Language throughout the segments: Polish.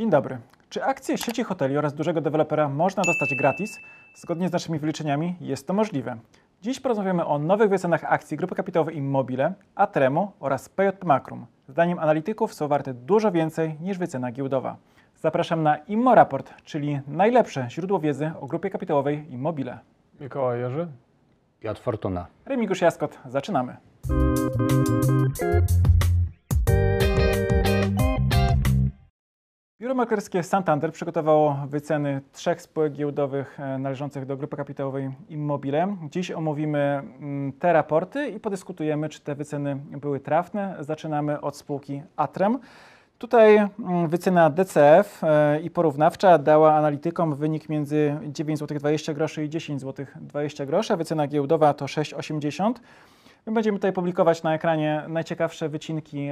Dzień dobry. Czy akcje sieci hoteli oraz dużego dewelopera można dostać gratis? Zgodnie z naszymi wyliczeniami jest to możliwe. Dziś porozmawiamy o nowych wycenach akcji grupy kapitałowej Immobile, Atremo oraz PJT Makrum. Zdaniem analityków są warte dużo więcej niż wycena giełdowa. Zapraszam na ImmoRaport, czyli najlepsze źródło wiedzy o grupie kapitałowej Immobile. Mikołaj Jerzy. Piotr Fortuna. Remigiusz Jaskot, zaczynamy. Biuro maklerskie Santander przygotowało wyceny 3 spółek giełdowych należących do grupy kapitałowej Immobile. Dziś omówimy te raporty i podyskutujemy, czy te wyceny były trafne. Zaczynamy od spółki Atrem. Tutaj wycena DCF i porównawcza dała analitykom wynik między 9,20 zł i 10,20 zł. Wycena giełdowa to 6,80 zł. My będziemy tutaj publikować na ekranie najciekawsze wycinki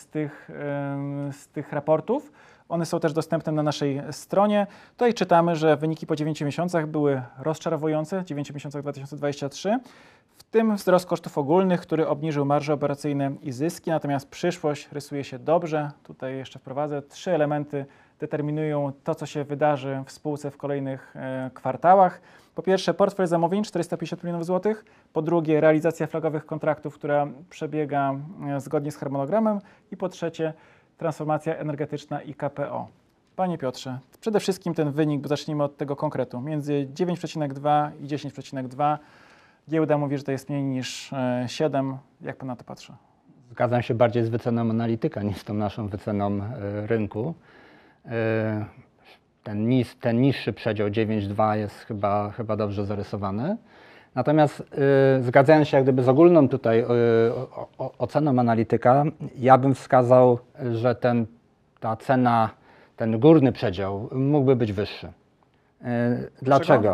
z tych raportów. One są też dostępne na naszej stronie. Tutaj czytamy, że wyniki po 9 miesiącach były rozczarowujące, 9 miesiącach 2023, w tym wzrost kosztów ogólnych, który obniżył marże operacyjne i zyski, natomiast przyszłość rysuje się dobrze. Tutaj jeszcze wprowadzę 3 elementy determinują to, co się wydarzy w spółce w kolejnych kwartałach. Po pierwsze, portfel zamówień 450 milionów złotych. Po drugie, realizacja flagowych kontraktów, która przebiega zgodnie z harmonogramem. I po trzecie, transformacja energetyczna i KPO. Panie Piotrze, przede wszystkim ten wynik, bo zacznijmy od tego konkretu, między 9,2 i 10,2. Giełda mówi, że to jest mniej niż 7. Jak pan na to patrzy? Zgadzam się bardziej z wyceną analityka niż z tą naszą wyceną rynku. Ten niższy przedział 9,2 jest chyba dobrze zarysowany. Natomiast zgadzając się jak gdyby z ogólną tutaj oceną analityka, ja bym wskazał, że ta cena, ten górny przedział mógłby być wyższy. Dlaczego?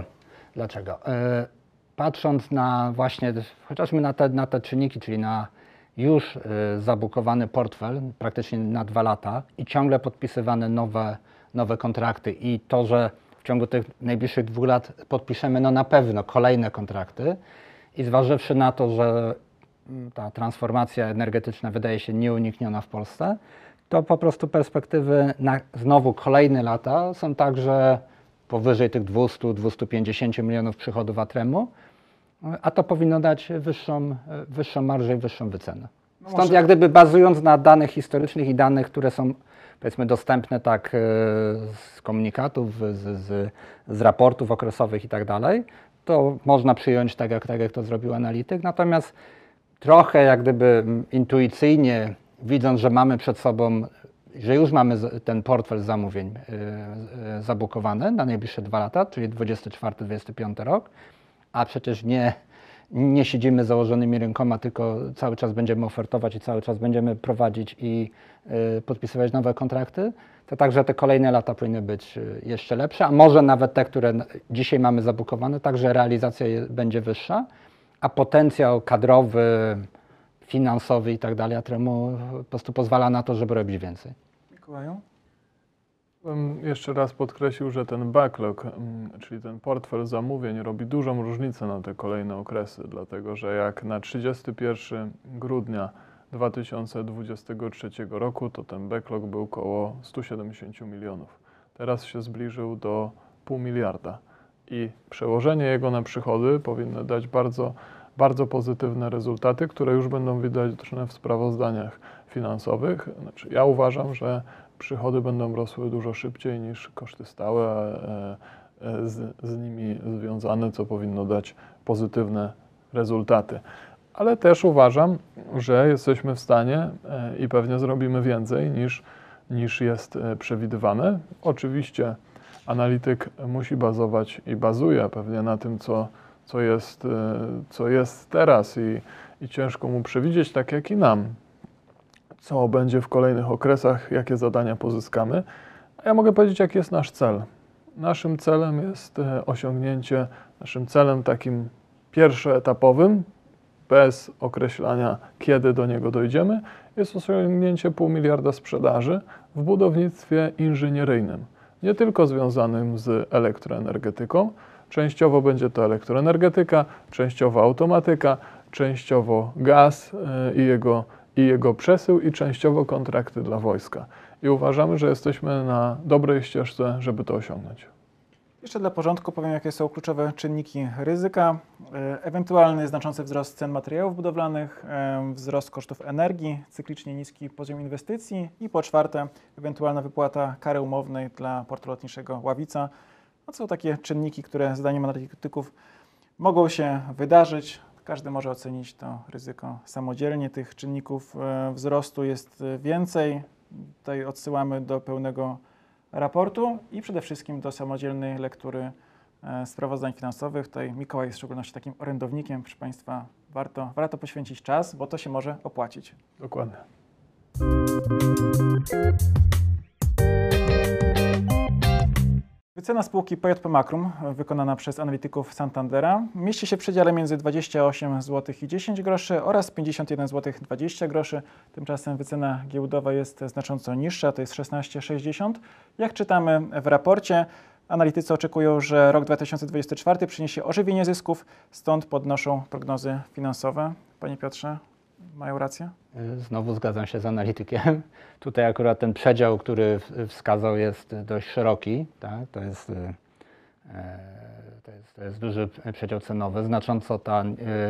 Patrząc na właśnie, chociażby na te czynniki, czyli na już zabukowany portfel praktycznie na 2 lata i ciągle podpisywane nowe kontrakty i to, że w ciągu tych najbliższych 2 lat podpiszemy na pewno kolejne kontrakty i zważywszy na to, że ta transformacja energetyczna wydaje się nieunikniona w Polsce, to po prostu perspektywy na znowu kolejne lata są także powyżej tych 200-250 milionów przychodów Atremu, a to powinno dać wyższą marżę i wyższą wycenę. Stąd jak gdyby bazując na danych historycznych i danych, które są powiedzmy dostępne tak z komunikatów, z raportów okresowych i tak dalej, to można przyjąć tak jak to zrobił analityk, natomiast trochę jak gdyby intuicyjnie widząc, że mamy przed sobą, że już mamy ten portfel zamówień zabukowany na najbliższe 2 lata, czyli 24-25 rok, a przecież nie siedzimy założonymi rękoma, tylko cały czas będziemy ofertować i cały czas będziemy prowadzić i podpisywać nowe kontrakty, to także te kolejne lata powinny być jeszcze lepsze, a może nawet te, które dzisiaj mamy zabukowane, także realizacja będzie wyższa, a potencjał kadrowy, finansowy i tak dalej Atremu po prostu pozwala na to, żeby robić więcej. Mikołaju? Bym jeszcze raz podkreślił, że ten backlog, czyli ten portfel zamówień robi dużą różnicę na te kolejne okresy, dlatego że jak na 31 grudnia 2023 roku, to ten backlog był około 170 milionów. Teraz się zbliżył do 0,5 miliarda i przełożenie jego na przychody powinno dać bardzo pozytywne rezultaty, które już będą widoczne w sprawozdaniach finansowych. Znaczy, ja uważam, że przychody będą rosły dużo szybciej niż koszty stałe, z nimi związane, co powinno dać pozytywne rezultaty. Ale też uważam, że jesteśmy w stanie i pewnie zrobimy więcej niż jest przewidywane. Oczywiście analityk musi bazować i bazuje pewnie na tym, co jest teraz i ciężko mu przewidzieć, tak jak i nam, co będzie w kolejnych okresach, jakie zadania pozyskamy. A ja mogę powiedzieć, jaki jest nasz cel. Naszym celem jest naszym celem takim pierwszoetapowym, bez określania, kiedy do niego dojdziemy, jest osiągnięcie 0,5 miliarda sprzedaży w budownictwie inżynieryjnym. Nie tylko związanym z elektroenergetyką. Częściowo będzie to elektroenergetyka, częściowo automatyka, częściowo gaz i jego przesył i częściowo kontrakty dla wojska. i uważamy, że jesteśmy na dobrej ścieżce, żeby to osiągnąć. Jeszcze dla porządku powiem, jakie są kluczowe czynniki ryzyka. Ewentualny znaczący wzrost cen materiałów budowlanych, wzrost kosztów energii, cyklicznie niski poziom inwestycji i po czwarte, ewentualna wypłata kary umownej dla portu lotniczego Ławica. To są takie czynniki, które zdaniem analityków mogą się wydarzyć. Każdy może ocenić to ryzyko samodzielnie. Tych czynników wzrostu jest więcej. Tutaj odsyłamy do pełnego raportu i przede wszystkim do samodzielnej lektury sprawozdań finansowych. Tutaj Mikołaj jest w szczególności takim orędownikiem. Proszę Państwa, warto poświęcić czas, bo to się może opłacić. Dokładnie. Wycena spółki PJP Makrum, wykonana przez analityków Santandera, mieści się w przedziale między 28 zł i 10 groszy oraz 51 zł 20 groszy. Tymczasem wycena giełdowa jest znacząco niższa, to jest 16,60. Jak czytamy w raporcie, analitycy oczekują, że rok 2024 przyniesie ożywienie zysków, stąd podnoszą prognozy finansowe. Panie Piotrze, mają rację? Znowu zgadzam się z analitykiem. Tutaj akurat ten przedział, który wskazał, jest dość szeroki. Tak? To jest duży przedział cenowy. Znacząco ta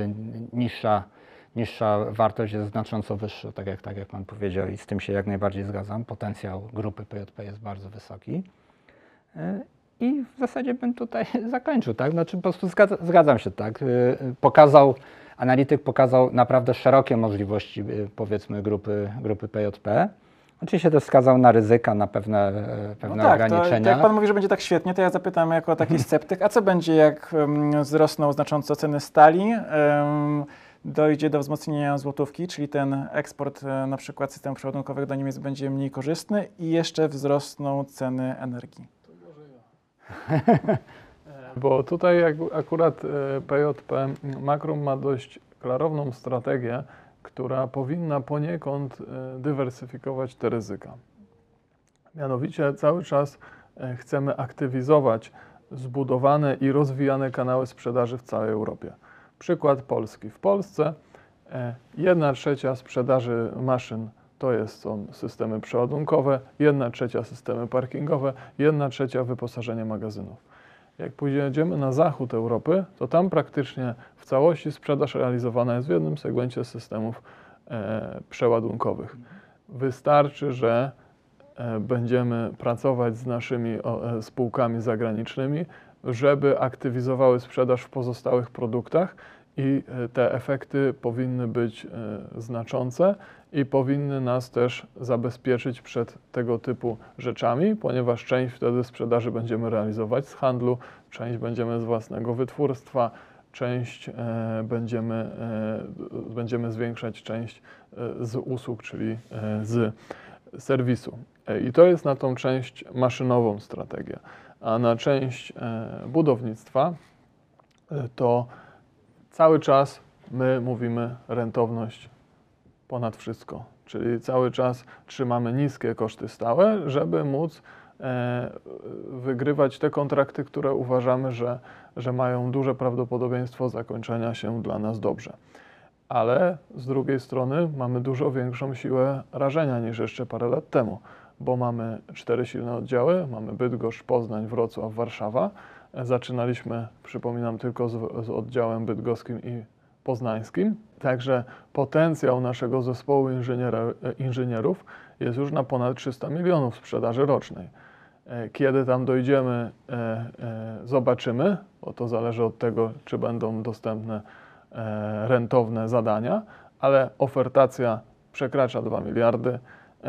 niższa wartość jest znacząco wyższa, tak jak Pan powiedział, i z tym się jak najbardziej zgadzam. Potencjał grupy PJP jest bardzo wysoki. I w zasadzie bym tutaj zakończył. Tak? Znaczy, po prostu zgadzam się. Tak? Analityk pokazał naprawdę szerokie możliwości, powiedzmy, grupy PJP. Oczywiście też wskazał na ryzyka, na pewne ograniczenia. To jak Pan mówi, że będzie tak świetnie, to ja zapytam jako taki sceptyk, a co będzie, jak wzrosną znacząco ceny stali, dojdzie do wzmocnienia złotówki, czyli ten eksport na przykład systemów przeładunkowych do Niemiec będzie mniej korzystny i jeszcze wzrosną ceny energii? To może ja. Bo tutaj akurat PJP Makrum ma dość klarowną strategię, która powinna poniekąd dywersyfikować te ryzyka. Mianowicie cały czas chcemy aktywizować zbudowane i rozwijane kanały sprzedaży w całej Europie. Przykład Polski. W Polsce 1/3 sprzedaży maszyn są systemy przeładunkowe, 1/3 systemy parkingowe, 1/3 wyposażenie magazynów. Jak pójdziemy na zachód Europy, to tam praktycznie w całości sprzedaż realizowana jest w jednym segmencie systemów przeładunkowych. Wystarczy, że będziemy pracować z naszymi spółkami zagranicznymi, żeby aktywizowały sprzedaż w pozostałych produktach i te efekty powinny być znaczące i powinny nas też zabezpieczyć przed tego typu rzeczami, ponieważ część wtedy sprzedaży będziemy realizować z handlu, część będziemy z własnego wytwórstwa, część będziemy zwiększać część z usług, czyli z serwisu. I to jest na tą część maszynową strategia. A na część budownictwa to cały czas my mówimy rentowność ponad wszystko. Czyli cały czas trzymamy niskie koszty stałe, żeby móc wygrywać te kontrakty, które uważamy, że mają duże prawdopodobieństwo zakończenia się dla nas dobrze. Ale z drugiej strony mamy dużo większą siłę rażenia niż jeszcze parę lat temu, bo mamy 4 silne oddziały, mamy Bydgoszcz, Poznań, Wrocław, Warszawa. Zaczynaliśmy, przypominam, tylko z oddziałem bydgoskim i poznańskim. Także potencjał naszego zespołu inżynierów jest już na ponad 300 milionów sprzedaży rocznej. Kiedy tam dojdziemy, zobaczymy, bo to zależy od tego, czy będą dostępne rentowne zadania, ale ofertacja przekracza 2 miliardy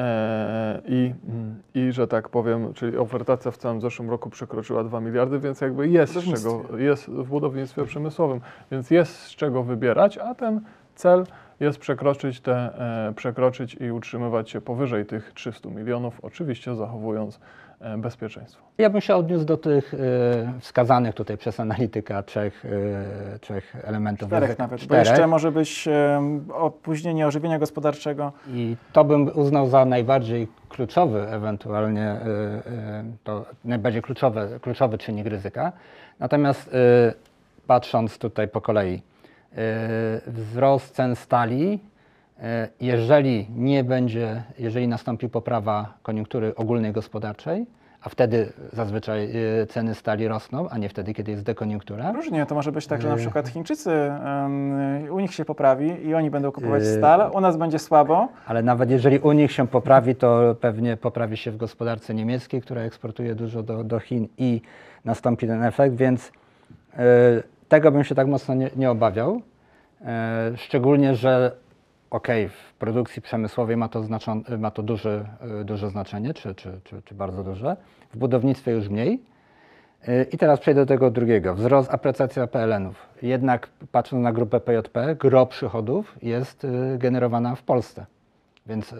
i że tak powiem, czyli ofertacja w całym zeszłym roku przekroczyła 2 miliardy, więc jakby jest w budownictwie przemysłowym, więc jest z czego wybierać, a ten cel jest przekroczyć i utrzymywać się powyżej tych 300 milionów, oczywiście zachowując bezpieczeństwo. Ja bym się odniósł do tych wskazanych tutaj przez analityka trzech elementów. 4 nawet, bo jeszcze może być opóźnienie ożywienia gospodarczego. I to bym uznał za najbardziej kluczowy, ewentualnie to najbardziej kluczowy czynnik ryzyka. Natomiast patrząc tutaj po kolei, wzrost cen stali Jeżeli nastąpi poprawa koniunktury ogólnej gospodarczej, a wtedy zazwyczaj ceny stali rosną, a nie wtedy, kiedy jest dekoniunktura. Różnie, to może być tak, że na przykład Chińczycy, u nich się poprawi i oni będą kupować stal, u nas będzie słabo. Ale nawet jeżeli u nich się poprawi, to pewnie poprawi się w gospodarce niemieckiej, która eksportuje dużo do Chin i nastąpi ten efekt, więc tego bym się tak mocno nie obawiał. Szczególnie, że w produkcji przemysłowej ma to duże znaczenie, czy bardzo duże. W budownictwie już mniej. I teraz przejdę do tego drugiego. Apreciacja PLN-ów. Jednak patrząc na grupę PJP, gro przychodów jest generowana w Polsce. Więc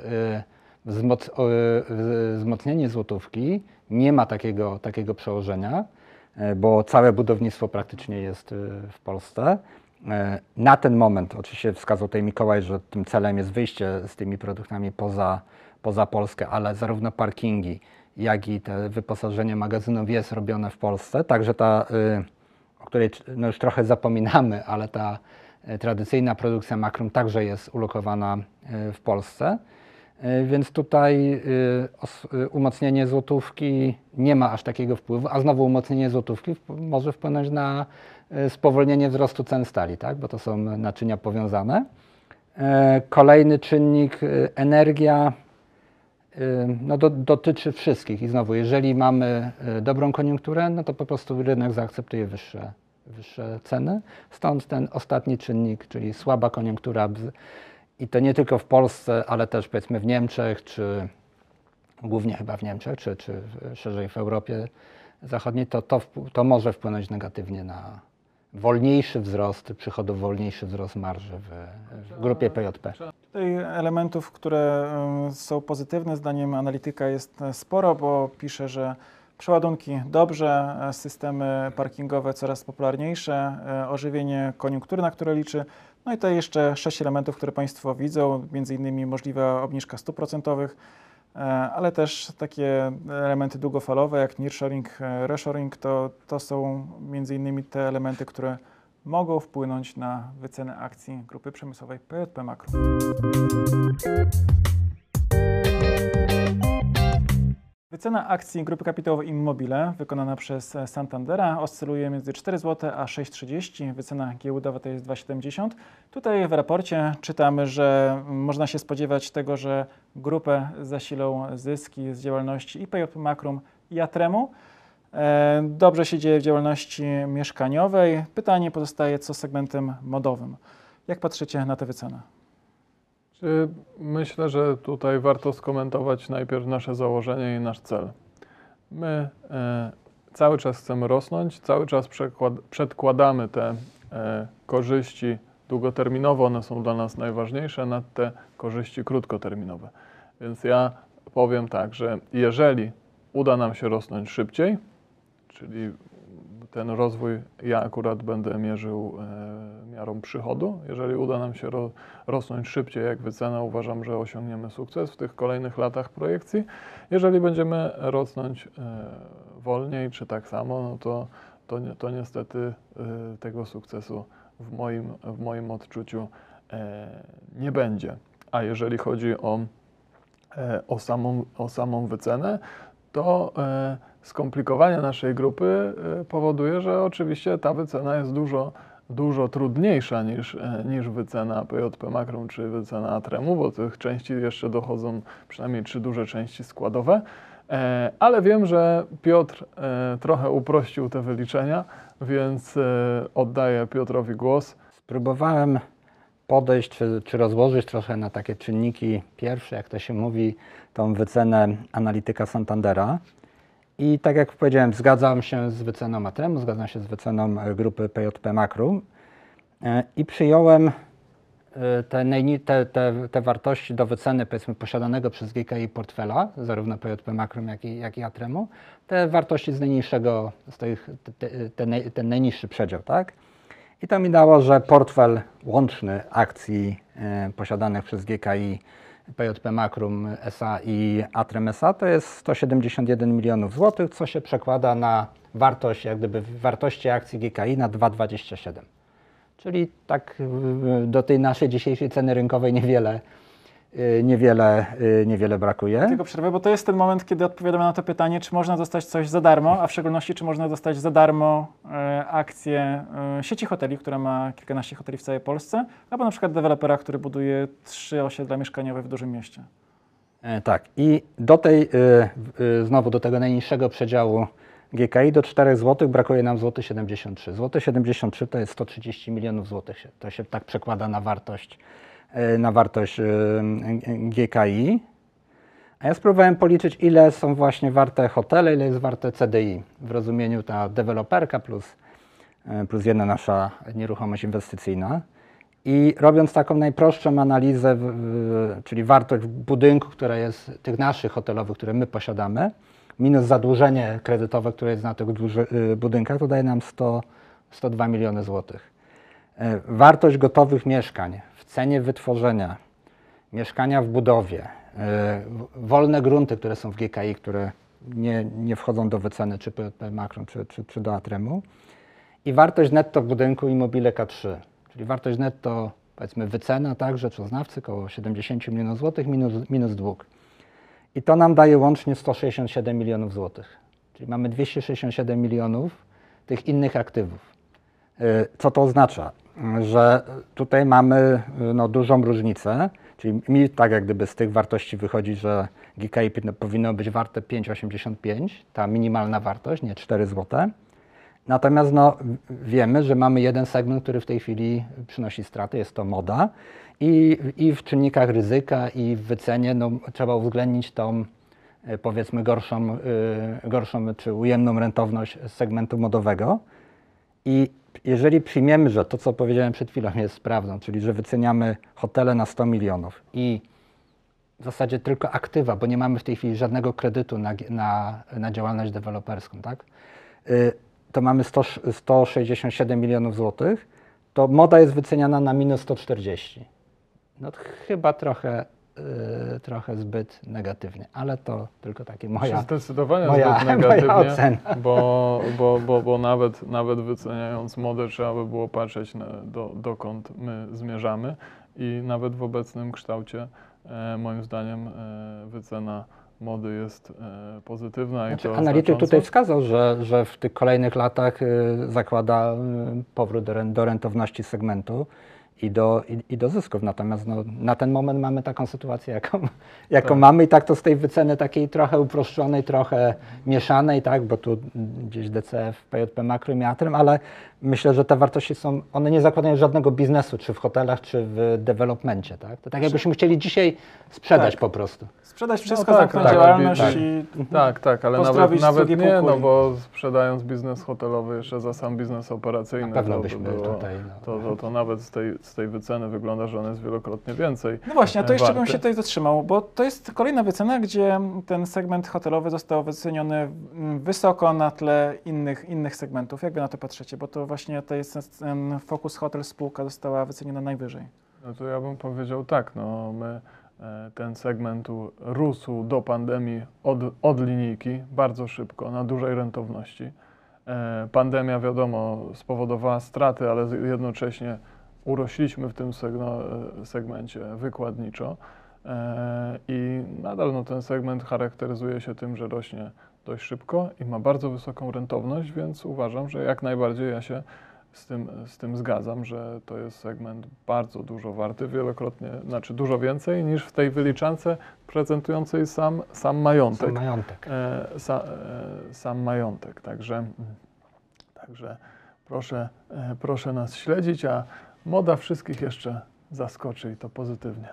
wzmocnienie złotówki nie ma takiego przełożenia, bo całe budownictwo praktycznie jest w Polsce. Na ten moment, oczywiście wskazał tutaj Mikołaj, że tym celem jest wyjście z tymi produktami poza Polskę, ale zarówno parkingi, jak i te wyposażenie magazynów jest robione w Polsce. Także ta, o której już trochę zapominamy, ale ta tradycyjna produkcja Makrum także jest ulokowana w Polsce. Więc tutaj umocnienie złotówki nie ma aż takiego wpływu, a znowu umocnienie złotówki może wpłynąć na spowolnienie wzrostu cen stali, tak? Bo to są naczynia powiązane. Kolejny czynnik, energia, dotyczy wszystkich i znowu, jeżeli mamy dobrą koniunkturę, no to po prostu rynek zaakceptuje wyższe ceny. Stąd ten ostatni czynnik, czyli słaba koniunktura i to nie tylko w Polsce, ale też powiedzmy w Niemczech, czy głównie chyba w Niemczech, czy szerzej w Europie Zachodniej, to może wpłynąć negatywnie na wolniejszy wzrost przychodów, wolniejszy wzrost marży w grupie PJP. Tutaj elementów, które są pozytywne, zdaniem analityka jest sporo, bo pisze, że przeładunki dobrze, systemy parkingowe coraz popularniejsze, ożywienie koniunktury, na które liczy. No i tutaj jeszcze 6 elementów, które Państwo widzą, między innymi możliwa obniżka stóp procentowych, ale też takie elementy długofalowe jak nearshoring, reshoring, to są między innymi te elementy, które mogą wpłynąć na wycenę akcji grupy przemysłowej PJP Makrum. Wycena akcji grupy kapitałowej Immobile wykonana przez Santandera oscyluje między 4 zł a 6,30. Wycena giełdowa to jest 2,70. Tutaj w raporcie czytamy, że można się spodziewać tego, że grupę zasilą zyski z działalności i PJP Makrum, i Atremu. Dobrze się dzieje w działalności mieszkaniowej. Pytanie pozostaje, co z segmentem modowym. Jak patrzycie na tę wycenę? Myślę, że tutaj warto skomentować najpierw nasze założenie i nasz cel. My cały czas chcemy rosnąć, cały czas przedkładamy te korzyści długoterminowe, one są dla nas najważniejsze, nad te korzyści krótkoterminowe. Więc ja powiem tak, że jeżeli uda nam się rosnąć szybciej, czyli ten rozwój ja akurat będę mierzył miarą przychodu. Jeżeli uda nam się rosnąć szybciej jak wycena, uważam, że osiągniemy sukces w tych kolejnych latach projekcji. Jeżeli będziemy rosnąć wolniej czy tak samo, no to niestety tego sukcesu w moim odczuciu nie będzie. A jeżeli chodzi o samą wycenę, to skomplikowanie naszej grupy powoduje, że oczywiście ta wycena jest dużo trudniejsza niż wycena PJP Makrum czy wycena Atremu, bo tych części jeszcze dochodzą przynajmniej 3 duże części składowe. Ale wiem, że Piotr trochę uprościł te wyliczenia, więc oddaję Piotrowi głos. Spróbowałem podejść czy rozłożyć trochę na takie czynniki pierwsze, jak to się mówi, tą wycenę analityka Santandera. I tak jak powiedziałem, zgadzam się z wyceną Atremu, zgadzam się z wyceną grupy PJP Makrum i przyjąłem te wartości do wyceny, powiedzmy, posiadanego przez GKI portfela, zarówno PJP Makrum, jak i Atremu, te wartości z najniższego, ten najniższy przedział, tak? I to mi dało, że portfel łączny akcji posiadanych przez GKI, PJP Makrum SA i Atrem SA to jest 171 milionów złotych, co się przekłada na wartość, jak gdyby wartości akcji GKI na 2,27. Czyli tak do tej naszej dzisiejszej ceny rynkowej niewiele brakuje. Tylko przerwę, bo to jest ten moment, kiedy odpowiadamy na to pytanie, czy można dostać coś za darmo, a w szczególności, czy można dostać za darmo akcje sieci hoteli, która ma kilkanaście hoteli w całej Polsce, albo na przykład dewelopera, który buduje 3 osiedla mieszkaniowe w dużym mieście. Tak, i znowu do tego najniższego przedziału GKI do 4 zł brakuje nam złoty 73. Złoty 73 to jest 130 milionów złotych. To się tak przekłada na wartość GKI. A ja spróbowałem policzyć, ile są właśnie warte hotele, ile jest warte CDI. W rozumieniu ta deweloperka plus jedna nasza nieruchomość inwestycyjna. I robiąc taką najprostszą analizę, czyli wartość budynku, która jest tych naszych hotelowych, które my posiadamy, minus zadłużenie kredytowe, które jest na tych budynkach, to daje nam 102 miliony złotych. Wartość gotowych mieszkań w cenie wytworzenia, mieszkania w budowie, wolne grunty, które są w GKI, które nie wchodzą do wyceny czy PJP Makro, czy do Atremu, i wartość netto budynku Immobile K3, czyli wartość netto, powiedzmy, wycena, tak, rzeczoznawcy, około 70 milionów złotych minus dług. I to nam daje łącznie 167 milionów złotych. Czyli mamy 267 milionów tych innych aktywów. Co to oznacza? Że tutaj mamy dużą różnicę, czyli mi tak jak gdyby z tych wartości wychodzi, że GKI powinno być warte 5,85, ta minimalna wartość, nie 4 zł. Natomiast wiemy, że mamy jeden segment, który w tej chwili przynosi straty, jest to moda. I w czynnikach ryzyka, i w wycenie trzeba uwzględnić tą, powiedzmy, gorszą czy ujemną rentowność segmentu modowego. I jeżeli przyjmiemy, że to, co powiedziałem przed chwilą, jest prawdą, czyli że wyceniamy hotele na 100 milionów i w zasadzie tylko aktywa, bo nie mamy w tej chwili żadnego kredytu na działalność deweloperską, tak? To mamy 167 milionów złotych, to moda jest wyceniana na minus 140. No to chyba trochę zbyt negatywnie, ale to tylko takie zdecydowanie zbyt negatywnie, ocena. bo nawet wyceniając modę trzeba by było patrzeć dokąd my zmierzamy i nawet w obecnym kształcie moim zdaniem wycena mody jest pozytywna. Znaczy, analityk tutaj wskazał, że w tych kolejnych latach zakłada powrót do rentowności segmentu i do zysków. Natomiast na ten moment mamy taką sytuację, jaką mamy i tak to z tej wyceny takiej trochę uproszczonej, trochę mieszanej, tak, bo tu gdzieś DCF, PJP Makro i Atrem, ale myślę, że te wartości one nie zakładają żadnego biznesu, czy w hotelach, czy w developmencie, tak? To tak jakbyśmy chcieli dzisiaj sprzedać po prostu. Sprzedać wszystko, zamknąć działalność i tak, ale nawet nie, bo sprzedając biznes hotelowy jeszcze za sam biznes operacyjny, na pewno byśmy tutaj, to nawet z tej wyceny wygląda, że on jest wielokrotnie więcej. No właśnie, a to jeszcze bym się tutaj zatrzymał, bo to jest kolejna wycena, gdzie ten segment hotelowy został wyceniony wysoko na tle innych segmentów. Jak wy na to patrzycie? Bo to właśnie to jest ten Focus Hotel spółka została wyceniona najwyżej. No to ja bym powiedział tak, ten segment rósł do pandemii od linijki bardzo szybko, na dużej rentowności. Pandemia, wiadomo, spowodowała straty, ale jednocześnie urośliśmy w tym segmencie wykładniczo i nadal ten segment charakteryzuje się tym, że rośnie dość szybko i ma bardzo wysoką rentowność, więc uważam, że jak najbardziej ja się z tym zgadzam, że to jest segment bardzo dużo warty, wielokrotnie, znaczy dużo więcej niż w tej wyliczance prezentującej sam majątek. Sam majątek. Także proszę nas śledzić, a moda wszystkich jeszcze zaskoczy i to pozytywnie.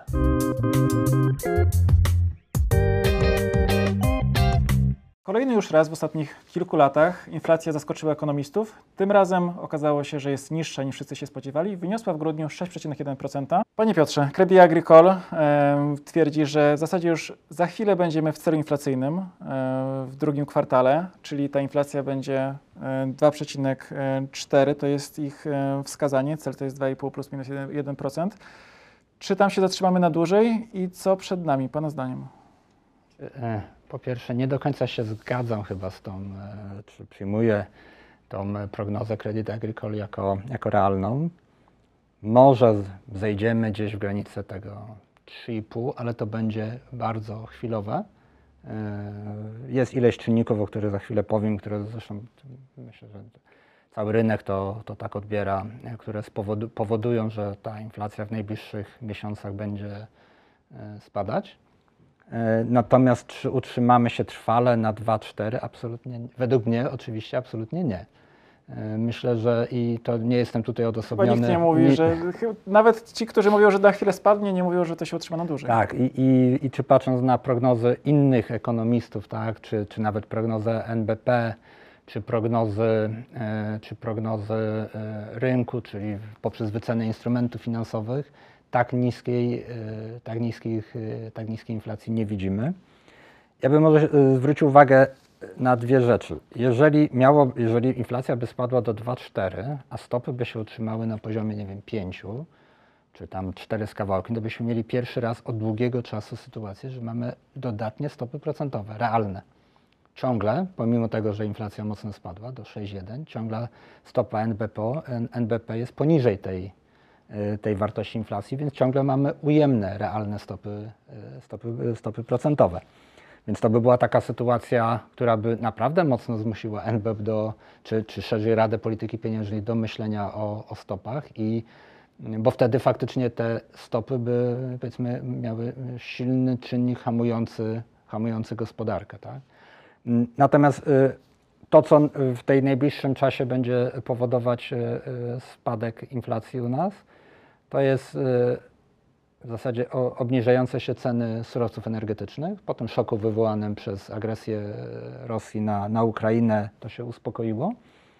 Kolejny już raz w ostatnich kilku latach inflacja zaskoczyła ekonomistów. Tym razem okazało się, że jest niższa niż wszyscy się spodziewali. Wyniosła w grudniu 6,1%. Panie Piotrze, Crédit Agricole twierdzi, że w zasadzie już za chwilę będziemy w celu inflacyjnym w drugim kwartale, czyli ta inflacja będzie 2,4, to jest ich wskazanie, cel to jest 2,5 plus minus 1%. Czy tam się zatrzymamy na dłużej i co przed nami, Pana zdaniem? Po pierwsze, nie do końca się zgadzam chyba z tą, czy przyjmuję tą prognozę Crédit Agricole jako realną. Może zejdziemy gdzieś w granicę tego 3,5, ale to będzie bardzo chwilowe. Jest ileś czynników, o których za chwilę powiem, które zresztą myślę, że cały rynek to tak odbiera, które powodują, że ta inflacja w najbliższych miesiącach będzie spadać. Natomiast czy utrzymamy się trwale na 2,4? Absolutnie, według mnie oczywiście absolutnie nie. Myślę, że i to nie jestem tutaj Chyba odosobniony. nikt nie mówi, że nawet ci, którzy mówią, że na chwilę spadnie, nie mówią, że to się utrzyma na dłużej. Tak, i czy patrząc na prognozy innych ekonomistów, tak, czy nawet prognozę NBP, czy prognozy rynku, czyli poprzez wycenę instrumentów finansowych, tak niskiej inflacji nie widzimy. Ja bym może zwrócił uwagę na dwie rzeczy. Jeżeli inflacja by spadła do 2,4, a stopy by się utrzymały na poziomie, nie wiem, 5, czy tam 4 z kawałkiem, to byśmy mieli pierwszy raz od długiego czasu sytuację, że mamy dodatnie stopy procentowe, realne. Ciągle, pomimo tego, że inflacja mocno spadła do 6,1, ciągle stopa NBP jest poniżej tej wartości inflacji, więc ciągle mamy ujemne, realne stopy procentowe. Więc to by była taka sytuacja, która by naprawdę mocno zmusiła NBP czy szerzej Radę Polityki Pieniężnej do myślenia o stopach, bo wtedy faktycznie te stopy by, powiedzmy, miały silny czynnik hamujący gospodarkę. Tak? Natomiast to, co w tej najbliższym czasie będzie powodować spadek inflacji u nas, to jest w zasadzie obniżające się ceny surowców energetycznych. Po tym szoku wywołanym przez agresję Rosji na Ukrainę to się uspokoiło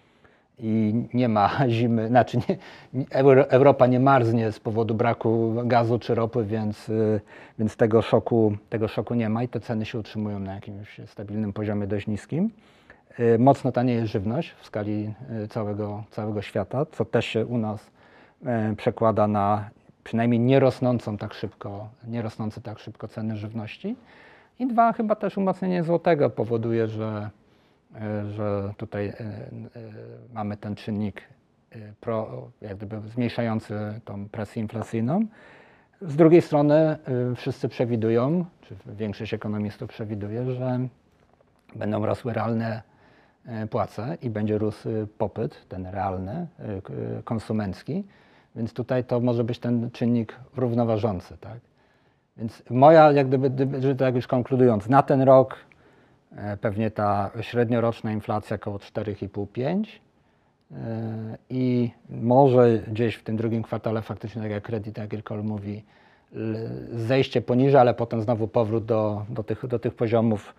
i nie ma zimy, znaczy Europa nie marznie z powodu braku gazu czy ropy, więc tego szoku nie ma i te ceny się utrzymują na jakimś stabilnym poziomie dość niskim. Mocno tanieje żywność w skali całego świata, co też się u nas przekłada na przynajmniej nie rosnące tak szybko ceny żywności. I dwa, chyba też umocnienie złotego powoduje, że tutaj mamy ten czynnik jak gdyby zmniejszający tą presję inflacyjną. Z drugiej strony wszyscy przewidują, czy większość ekonomistów przewiduje, że będą rosły realne płace i będzie rósł popyt, ten realny, konsumencki. Więc tutaj to może być ten czynnik równoważący, tak? Więc moja, jak gdyby, że tak już konkludując, na ten rok pewnie ta średnioroczna inflacja około 4,5-5 i może gdzieś w tym drugim kwartale faktycznie, tak jak Crédit Agricole mówi, zejście poniżej, ale potem znowu powrót do tych poziomów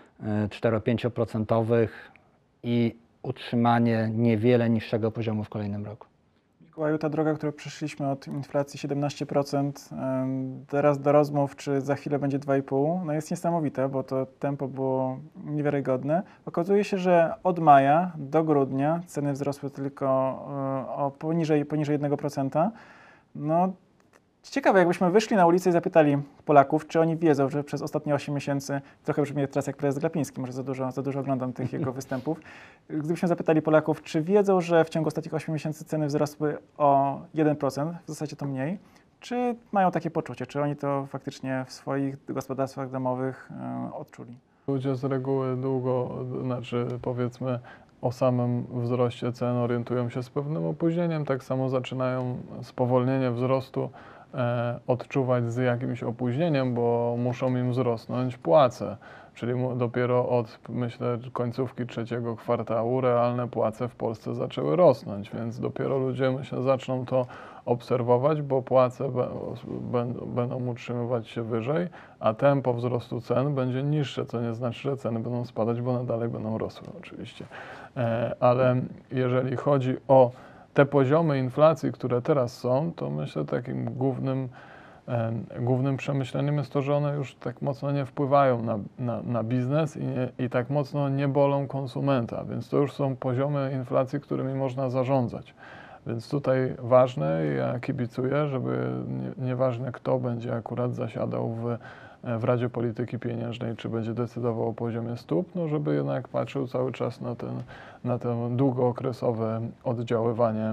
4-5% i utrzymanie niewiele niższego poziomu w kolejnym roku. Mikołaju, ta droga, którą przeszliśmy od inflacji 17%, teraz do rozmów, czy za chwilę będzie 2,5%, no jest niesamowite, bo to tempo było niewiarygodne. Okazuje się, że od maja do grudnia ceny wzrosły tylko o poniżej 1%. No, ciekawe, jakbyśmy wyszli na ulicę i zapytali Polaków, czy oni wiedzą, że przez ostatnie 8 miesięcy, trochę brzmi teraz jak prezes Glapiński, może za dużo oglądam tych jego występów, gdybyśmy zapytali Polaków, czy wiedzą, że w ciągu ostatnich 8 miesięcy ceny wzrosły o 1%, w zasadzie to mniej, czy mają takie poczucie, czy oni to faktycznie w swoich gospodarstwach domowych odczuli? Ludzie z reguły powiedzmy, o samym wzroście cen orientują się z pewnym opóźnieniem, tak samo zaczynają spowolnienie wzrostu odczuwać z jakimś opóźnieniem, bo muszą im wzrosnąć płace. Czyli dopiero od, myślę, końcówki trzeciego kwartału realne płace w Polsce zaczęły rosnąć, więc dopiero ludzie, myślę, zaczną to obserwować, bo płace będą utrzymywać się wyżej, a tempo wzrostu cen będzie niższe, co nie znaczy, że ceny będą spadać, bo one dalej będą rosły oczywiście. Ale jeżeli chodzi o te poziomy inflacji, które teraz są, to myślę, takim głównym przemyśleniem jest to, że one już tak mocno nie wpływają na biznes i tak mocno nie bolą konsumenta, więc to już są poziomy inflacji, którymi można zarządzać. Więc tutaj ważne, ja kibicuję, żeby nieważne kto będzie akurat zasiadał w Radzie Polityki Pieniężnej, czy będzie decydował o poziomie stóp, no żeby jednak patrzył cały czas na to długookresowe oddziaływanie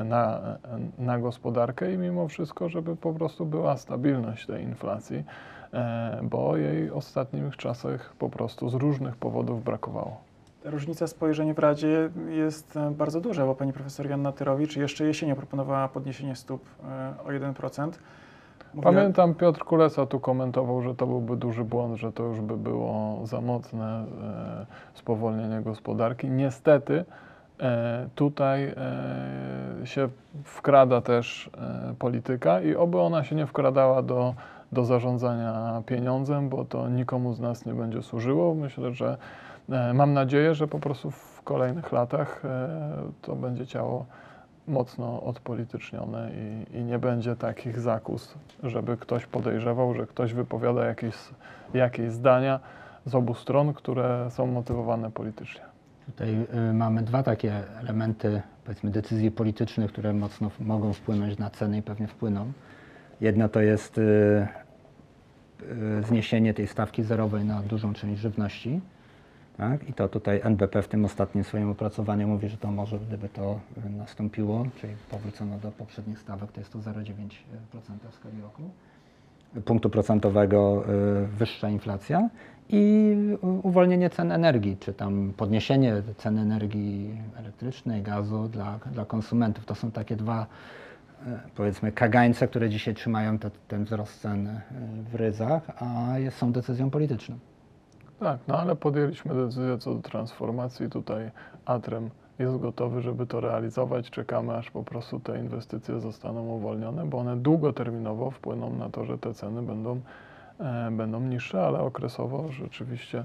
na gospodarkę i mimo wszystko, żeby po prostu była stabilność tej inflacji, bo jej w ostatnich czasach po prostu z różnych powodów brakowało. Różnica spojrzeń w Radzie jest bardzo duża, bo pani profesor Joanna Tyrowicz jeszcze jesienią proponowała podniesienie stóp o 1%. Pamiętam, Piotr Kulesa tu komentował, że to byłby duży błąd, że to już by było za mocne spowolnienie gospodarki. Niestety tutaj się wkrada też polityka i oby ona się nie wkradała do zarządzania pieniądzem, bo to nikomu z nas nie będzie służyło. Myślę, że mam nadzieję, że po prostu w kolejnych latach to będzie ciało mocno odpolitycznione i nie będzie takich zakus, żeby ktoś podejrzewał, że ktoś wypowiada jakieś zdania z obu stron, które są motywowane politycznie. Tutaj mamy dwa takie elementy, powiedzmy, decyzji politycznych, które mocno mogą wpłynąć na ceny i pewnie wpłyną. Jedna to jest zniesienie tej stawki zerowej na dużą część żywności. Tak? I to tutaj NBP w tym ostatnim swoim opracowaniu mówi, że to może, gdyby to nastąpiło, czyli powrócono do poprzednich stawek, to jest to 0,9% w skali roku. Punktu procentowego wyższa inflacja i uwolnienie cen energii, czy tam podniesienie cen energii elektrycznej, gazu dla konsumentów. To są takie dwa, powiedzmy, kagańce, które dzisiaj trzymają ten wzrost cen w ryzach, a są decyzją polityczną. Tak, no ale podjęliśmy decyzję co do transformacji. Tutaj Atrem jest gotowy, żeby to realizować. Czekamy, aż po prostu te inwestycje zostaną uwolnione, bo one długoterminowo wpłyną na to, że te ceny będą niższe, ale okresowo rzeczywiście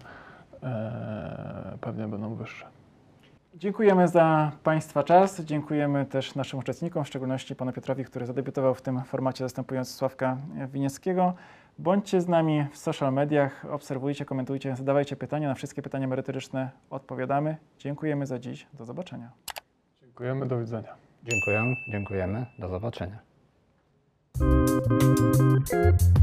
pewnie będą wyższe. Dziękujemy za Państwa czas. Dziękujemy też naszym uczestnikom, w szczególności panu Piotrowi, który zadebiutował w tym formacie, zastępując Sławka Winieckiego. Bądźcie z nami w social mediach, obserwujcie, komentujcie, zadawajcie pytania. Na wszystkie pytania merytoryczne odpowiadamy. Dziękujemy za dziś. Do zobaczenia. Dziękujemy, do widzenia. Dziękujemy, do zobaczenia.